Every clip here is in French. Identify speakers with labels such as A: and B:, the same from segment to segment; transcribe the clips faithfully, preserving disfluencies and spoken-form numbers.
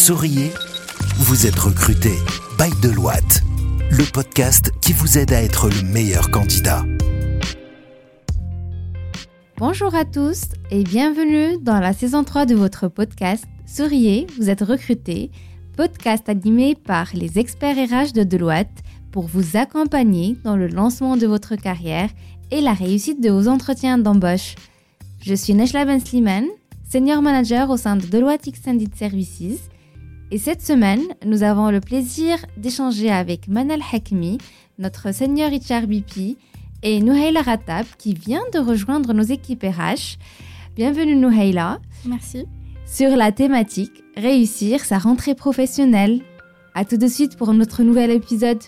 A: Souriez, vous êtes recruté by Deloitte, le podcast qui vous aide à être le meilleur candidat.
B: Bonjour à tous et bienvenue dans la saison trois de votre podcast Souriez, vous êtes recruté, podcast animé par les experts R H de Deloitte pour vous accompagner dans le lancement de votre carrière et la réussite de vos entretiens d'embauche. Je suis Nejla Ben Slimane, Senior Manager au sein de Deloitte Extended Services. Et cette semaine, nous avons le plaisir d'échanger avec Manal Hakimi, notre Senior H R B P, et Nouhaila Rattab, qui vient de rejoindre nos équipes R H. Bienvenue Nouhaila.
C: Merci. Sur
B: la thématique « Réussir sa rentrée professionnelle ». À tout de suite pour notre nouvel épisode.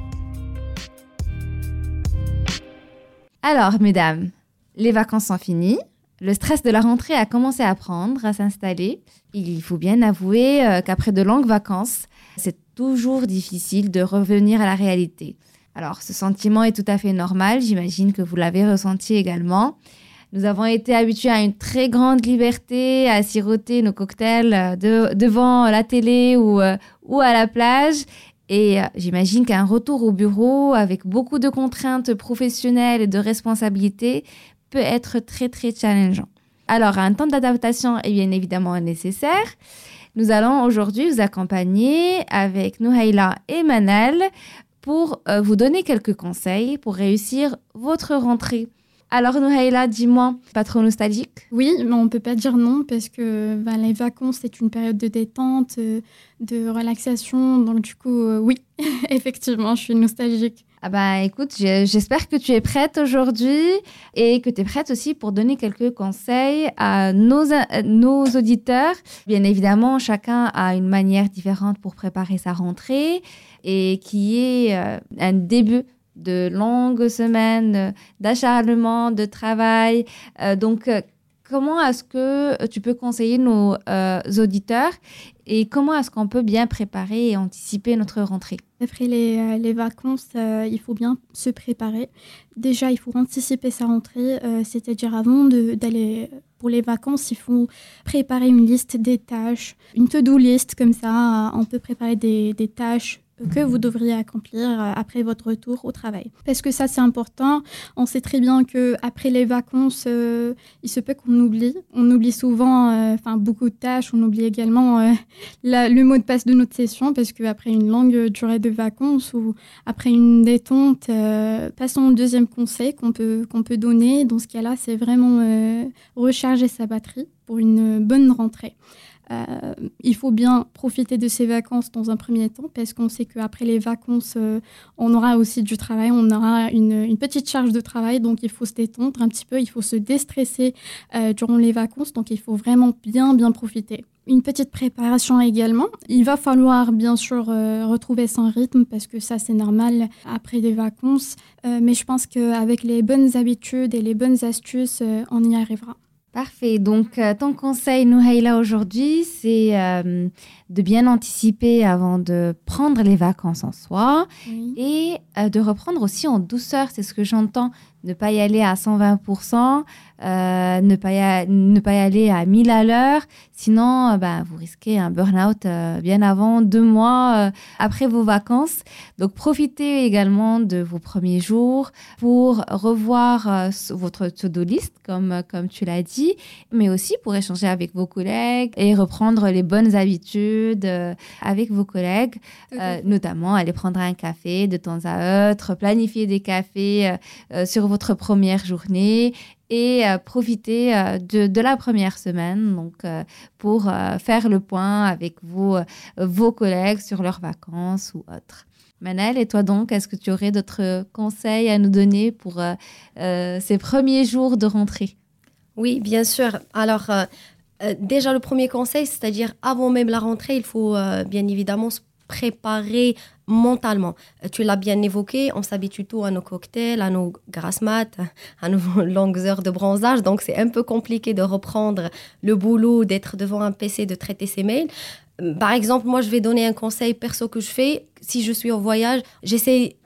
B: Alors, mesdames, les vacances sont finies. Le stress de la rentrée a commencé à prendre, à s'installer. Il faut bien avouer euh, qu'après de longues vacances, c'est toujours difficile de revenir à la réalité. Alors, ce sentiment est tout à fait normal. J'imagine que vous l'avez ressenti également. Nous avons été habitués à une très grande liberté, à siroter nos cocktails de, devant la télé ou, euh, ou à la plage. Et euh, j'imagine qu'un retour au bureau avec beaucoup de contraintes professionnelles et de responsabilités peut être très, très challengeant. Alors, un temps d'adaptation est bien évidemment nécessaire. Nous allons aujourd'hui vous accompagner avec Nouhaila et Manal pour euh, vous donner quelques conseils pour réussir votre rentrée. Alors, Nouhaila, dis-moi, pas trop nostalgique ?
C: Oui, mais on ne peut pas dire non parce que ben, les vacances, c'est une période de détente, euh, de relaxation. Donc, du coup, euh, oui, effectivement, je suis nostalgique.
B: Ah bah écoute, j'espère que tu es prête aujourd'hui et que tu es prête aussi pour donner quelques conseils à nos, à nos auditeurs. Bien évidemment, chacun a une manière différente pour préparer sa rentrée et qui est euh, un début de longues semaines d'acharnement, de travail. Euh, donc, euh, comment est-ce que tu peux conseiller nos euh, auditeurs et comment est-ce qu'on peut bien préparer et anticiper notre rentrée ?
C: Après les, euh, les vacances, euh, il faut bien se préparer. Déjà, il faut anticiper sa rentrée, euh, c'est-à-dire avant de, d'aller pour les vacances, il faut préparer une liste des tâches, une to-do list comme ça. On peut préparer des, des tâches que vous devriez accomplir après votre retour au travail. Parce que ça, c'est important. On sait très bien qu'après les vacances, euh, il se peut qu'on oublie. On oublie souvent euh, beaucoup de tâches. On oublie également euh, la, le mot de passe de notre session parce qu'après une longue durée de vacances ou après une détente, euh, passons au deuxième conseil qu'on peut, qu'on peut donner. Dans ce cas-là, c'est vraiment euh, recharger sa batterie pour une bonne rentrée. Euh, il faut bien profiter de ces vacances dans un premier temps parce qu'on sait qu'après les vacances, euh, on aura aussi du travail, on aura une, une petite charge de travail, donc il faut se détendre un petit peu, il faut se déstresser euh, durant les vacances, donc il faut vraiment bien, bien profiter. Une petite préparation également. Il va falloir bien sûr euh, retrouver son rythme parce que ça c'est normal après des vacances, euh, mais je pense qu'avec les bonnes habitudes et les bonnes astuces, euh, on y arrivera.
B: Parfait. Donc, euh, ton conseil, Nouhaila, aujourd'hui, c'est euh, de bien anticiper avant de prendre les vacances en soi oui. et euh, de reprendre aussi en douceur. C'est ce que j'entends. Ne pas y aller à cent vingt pour cent, euh, ne, pas y a, ne pas y aller à mille à l'heure. Sinon, euh, bah, vous risquez un burn-out euh, bien avant, deux mois euh, après vos vacances. Donc, profitez également de vos premiers jours pour revoir euh, votre to-do list, comme, comme tu l'as dit, mais aussi pour échanger avec vos collègues et reprendre les bonnes habitudes euh, avec vos collègues, euh, notamment aller prendre un café de temps à autre, planifier des cafés euh, euh, sur votre première journée et euh, profiter euh, de, de la première semaine donc, euh, pour euh, faire le point avec vos, euh, vos collègues sur leurs vacances ou autres. Manal, et toi donc, est-ce que tu aurais d'autres conseils à nous donner pour euh, euh, ces premiers jours de rentrée ?
D: Oui, bien sûr. Alors, euh, euh, déjà le premier conseil, c'est-à-dire avant même la rentrée, il faut euh, bien évidemment se préparer mentalement. Tu l'as bien évoqué, on s'habitue tout à nos cocktails, à nos grasses mat, à nos longues heures de bronzage. Donc, c'est un peu compliqué de reprendre le boulot, d'être devant un P C, de traiter ses mails. Par exemple, moi, je vais donner un conseil perso que je fais. Si je suis en voyage, j'essaie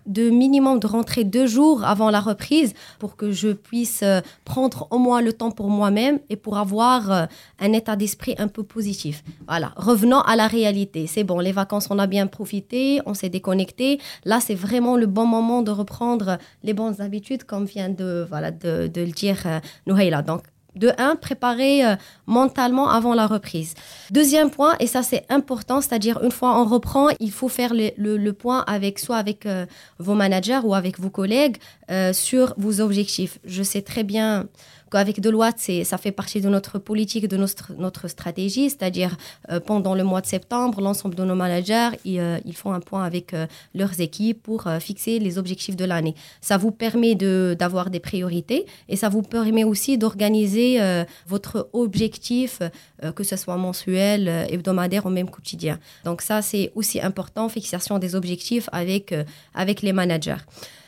D: de minimum de rentrer deux jours avant la reprise pour que je puisse euh, prendre au moins le temps pour moi-même et pour avoir euh, un état d'esprit un peu positif. Voilà, revenons à la réalité. C'est bon, les vacances, on a bien profité, on s'est déconnecté. Là, c'est vraiment le bon moment de reprendre les bonnes habitudes, comme vient de, voilà, de, de le dire euh, Nouhaila. Donc, de un, préparer euh, mentalement avant la reprise. Deuxième point, et ça c'est important, c'est-à-dire une fois on reprend, il faut faire le, le, le point avec soit avec euh, vos managers ou avec vos collègues euh, sur vos objectifs. Je sais très bien qu'avec Deloitte, c'est, ça fait partie de notre politique, de notre, notre stratégie, c'est-à-dire euh, pendant le mois de septembre, l'ensemble de nos managers, ils, euh, ils font un point avec euh, leurs équipes pour euh, fixer les objectifs de l'année. Ça vous permet de, d'avoir des priorités et ça vous permet aussi d'organiser euh, votre objectif, euh, que ce soit mensuel, euh, hebdomadaire ou même quotidien. Donc ça, c'est aussi important, fixation des objectifs avec, euh, avec les managers.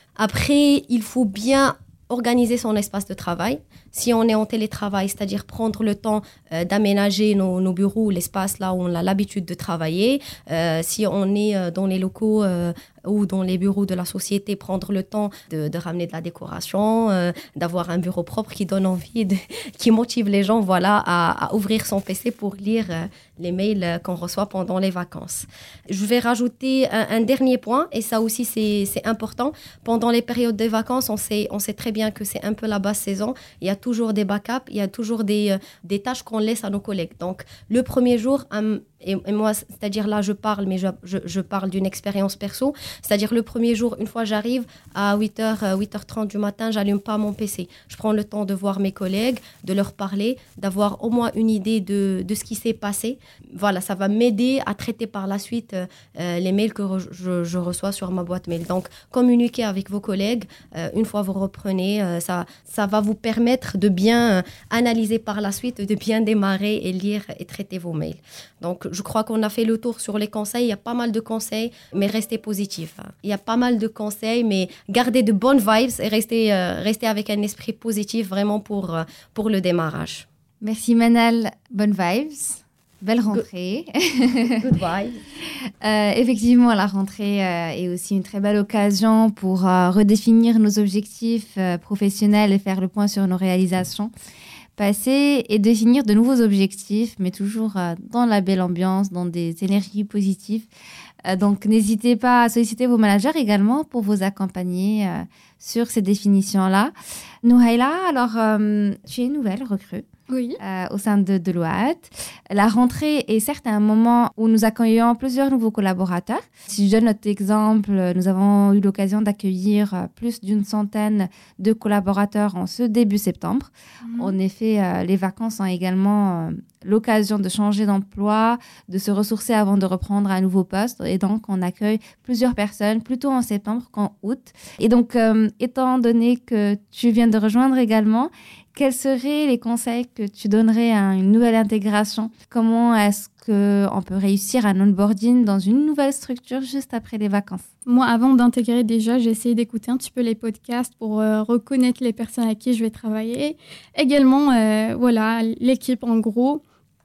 D: Après, il faut bien organiser son espace de travail. Si on est en télétravail, c'est-à-dire prendre le temps euh, d'aménager nos, nos bureaux, l'espace là où on a l'habitude de travailler. Euh, si on est euh, dans les locaux euh, ou dans les bureaux de la société, prendre le temps de, de ramener de la décoration, euh, d'avoir un bureau propre qui donne envie, de, qui motive les gens voilà, à, à ouvrir son P C pour lire euh, les mails qu'on reçoit pendant les vacances. Je vais rajouter un, un dernier point, et ça aussi c'est, c'est important. Pendant les périodes des vacances, on sait, on sait très bien que c'est un peu la basse saison. Il y a toujours des backups, il y a toujours des, euh, des tâches qu'on laisse à nos collègues. Donc, le premier jour, um, et, et moi, c'est-à-dire là, je parle, mais je, je, je parle d'une expérience perso. C'est-à-dire le premier jour, une fois j'arrive à huit heures, huit heures trente du matin, j'allume pas mon P C. Je prends le temps de voir mes collègues, de leur parler, d'avoir au moins une idée de, de ce qui s'est passé. Voilà, ça va m'aider à traiter par la suite euh, les mails que re- je, je reçois sur ma boîte mail. Donc, communiquer avec vos collègues, euh, une fois vous reprenez, euh, ça, ça va vous permettre de bien euh, analyser par la suite, de bien démarrer et lire et traiter vos mails. Donc, je crois qu'on a fait le tour sur les conseils. Il y a pas mal de conseils, mais restez positif. Il y a pas mal de conseils, mais gardez de bonnes vibes et restez, euh, restez avec un esprit positif vraiment pour, euh, pour le démarrage.
B: Merci Manal, bonnes vibes. Belle rentrée.
D: Good, good vibes.
B: euh, effectivement, la rentrée euh, est aussi une très belle occasion pour euh, redéfinir nos objectifs euh, professionnels et faire le point sur nos réalisations passées et définir de nouveaux objectifs, mais toujours euh, dans la belle ambiance, dans des énergies positives. Euh, donc, n'hésitez pas à solliciter vos managers également pour vous accompagner euh, sur ces définitions-là. Nouhaila, alors, euh, tu es une nouvelle recrue.
C: Oui.
B: Euh, au sein de Deloitte. La rentrée est certes un moment où nous accueillons plusieurs nouveaux collaborateurs. Si je donne notre exemple, nous avons eu l'occasion d'accueillir plus d'une centaine de collaborateurs en ce début septembre. Mmh. En effet, euh, les vacances sont également euh, l'occasion de changer d'emploi, de se ressourcer avant de reprendre un nouveau poste. Et donc, on accueille plusieurs personnes plutôt en septembre qu'en août. Et donc, euh, étant donné que tu viens de rejoindre également, quels seraient les conseils que tu donnerais à une nouvelle intégration? Comment est-ce qu'on peut réussir un onboarding dans une nouvelle structure juste après les vacances?
C: Moi, avant d'intégrer déjà, j'ai essayé d'écouter un petit peu les podcasts pour euh, reconnaître les personnes avec qui je vais travailler. Également, euh, voilà, l'équipe en gros.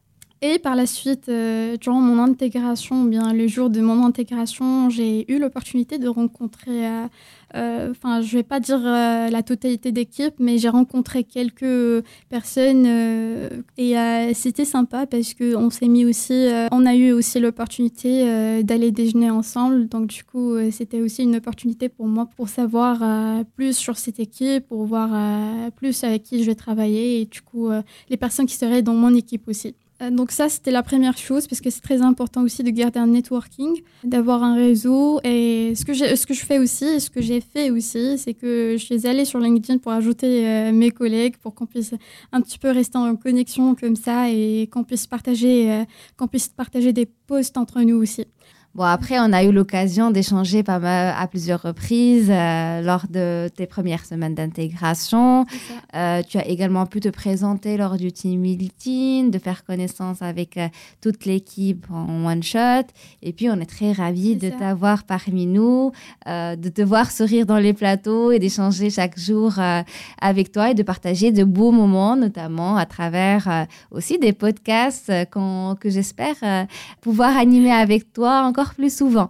C: Et par la suite, euh, durant mon intégration, bien le jour de mon intégration, j'ai eu l'opportunité de rencontrer, enfin, euh, euh, je ne vais pas dire euh, la totalité d'équipe, mais j'ai rencontré quelques personnes euh, et euh, c'était sympa parce qu'on s'est mis aussi, euh, on a eu aussi l'opportunité euh, d'aller déjeuner ensemble. Donc du coup, euh, c'était aussi une opportunité pour moi pour savoir euh, plus sur cette équipe, pour voir euh, plus avec qui je vais travailler et du coup, euh, les personnes qui seraient dans mon équipe aussi. Donc ça, c'était la première chose, parce que c'est très important aussi de garder un networking, d'avoir un réseau. Et ce que, j'ai, ce que je fais aussi, ce que j'ai fait aussi, c'est que je suis allée sur LinkedIn pour ajouter euh, mes collègues, pour qu'on puisse un petit peu rester en connexion comme ça et qu'on puisse partager, euh, qu'on puisse partager des posts entre nous aussi.
B: Bon, après, on a eu l'occasion d'échanger pas mal à plusieurs reprises euh, lors de tes premières semaines d'intégration. Euh, tu as également pu te présenter lors du team meeting, de faire connaissance avec euh, toute l'équipe en one shot. Et puis, on est très ravis de ça. T'avoir parmi nous, euh, de te voir sourire dans les plateaux et d'échanger chaque jour euh, avec toi et de partager de beaux moments, notamment à travers euh, aussi des podcasts euh, qu'on, que j'espère euh, pouvoir animer avec toi encore plus souvent.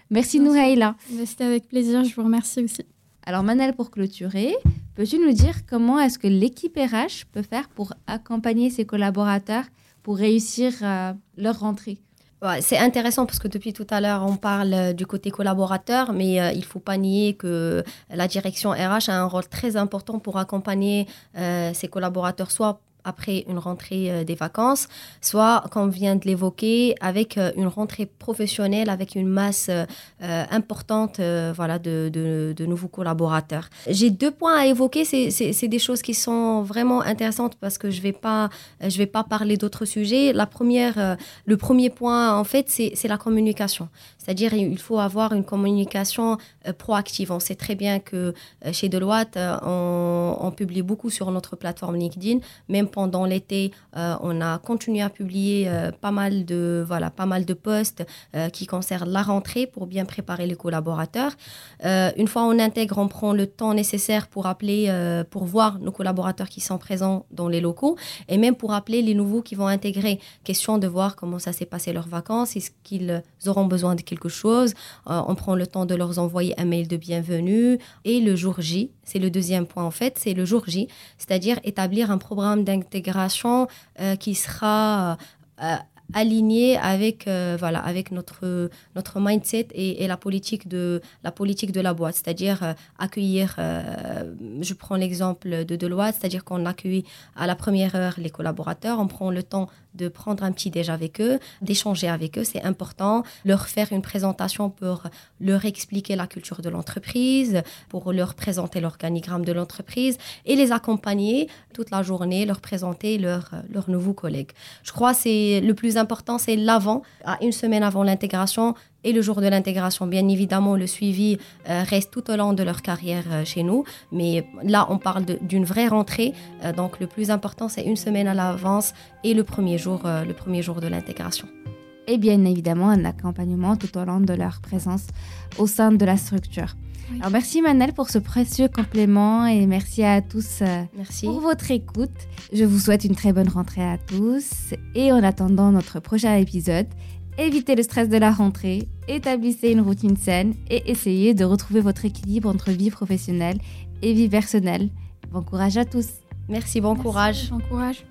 B: Merci Nouhaila.
C: C'était avec plaisir, je vous remercie aussi.
B: Alors Manal, pour clôturer, peux-tu nous dire comment est-ce que l'équipe R H peut faire pour accompagner ses collaborateurs pour réussir euh, leur rentrée?
D: Ouais, c'est intéressant parce que depuis tout à l'heure, on parle du côté collaborateur, mais euh, il ne faut pas nier que la direction R H a un rôle très important pour accompagner euh, ses collaborateurs, soit après une rentrée euh, des vacances, soit, comme on vient de l'évoquer, avec euh, une rentrée professionnelle, avec une masse euh, importante euh, voilà, de, de, de nouveaux collaborateurs. J'ai deux points à évoquer, c'est, c'est, c'est des choses qui sont vraiment intéressantes parce que je ne vais pas, je vais pas parler d'autres sujets. La première, euh, le premier point, en fait, c'est, c'est la communication. C'est-à-dire il faut avoir une communication euh, proactive. On sait très bien que euh, chez Deloitte, euh, on, on publie beaucoup sur notre plateforme LinkedIn, même pendant l'été, euh, on a continué à publier euh, pas mal de voilà pas mal de posts euh, qui concernent la rentrée pour bien préparer les collaborateurs. Euh, une fois on intègre, on prend le temps nécessaire pour appeler, euh, pour voir nos collaborateurs qui sont présents dans les locaux et même pour appeler les nouveaux qui vont intégrer. Question de voir comment ça s'est passé leurs vacances, est-ce qu'ils auront besoin de quelque chose. Euh, on prend le temps de leur envoyer un mail de bienvenue et le jour J, c'est le deuxième point en fait, c'est le jour J, c'est-à-dire établir un programme d'intégration intégration euh, qui sera euh, aligné avec euh, voilà avec notre notre mindset et, et la politique de la politique de la boîte, c'est-à-dire euh, accueillir euh, je prends l'exemple de Deloitte, c'est-à-dire qu'on accueille à la première heure les collaborateurs, on prend le temps de prendre un petit déj avec eux, d'échanger avec eux, c'est important, leur faire une présentation pour leur expliquer la culture de l'entreprise, pour leur présenter l'organigramme de l'entreprise et les accompagner toute la journée, leur présenter leurs leurs nouveaux collègues. Je crois que c'est le plus important, c'est l'avant, à une semaine avant l'intégration et le jour de l'intégration. Bien évidemment, le suivi euh, reste tout au long de leur carrière euh, chez nous, mais là, on parle de, d'une vraie rentrée. Euh, donc, le plus important, c'est une semaine à l'avance et le premier jour, euh, le premier jour de l'intégration.
B: Et bien évidemment, un accompagnement tout au long de leur présence au sein de la structure. Oui. Alors, merci Manal pour ce précieux complément et merci à tous euh, merci. pour votre écoute. Je vous souhaite une très bonne rentrée à tous et en attendant notre prochain épisode, évitez le stress de la rentrée, établissez une routine saine et essayez de retrouver votre équilibre entre vie professionnelle et vie personnelle. Bon courage à tous.
D: Merci, bon
C: Merci,
D: courage.
C: Bon courage.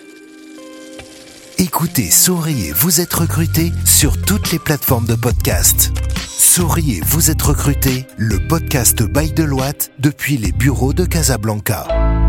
A: Écoutez Souriez, vous êtes recruté sur toutes les plateformes de podcast. Souriez, vous êtes recruté, le podcast by Deloitte depuis les bureaux de Casablanca.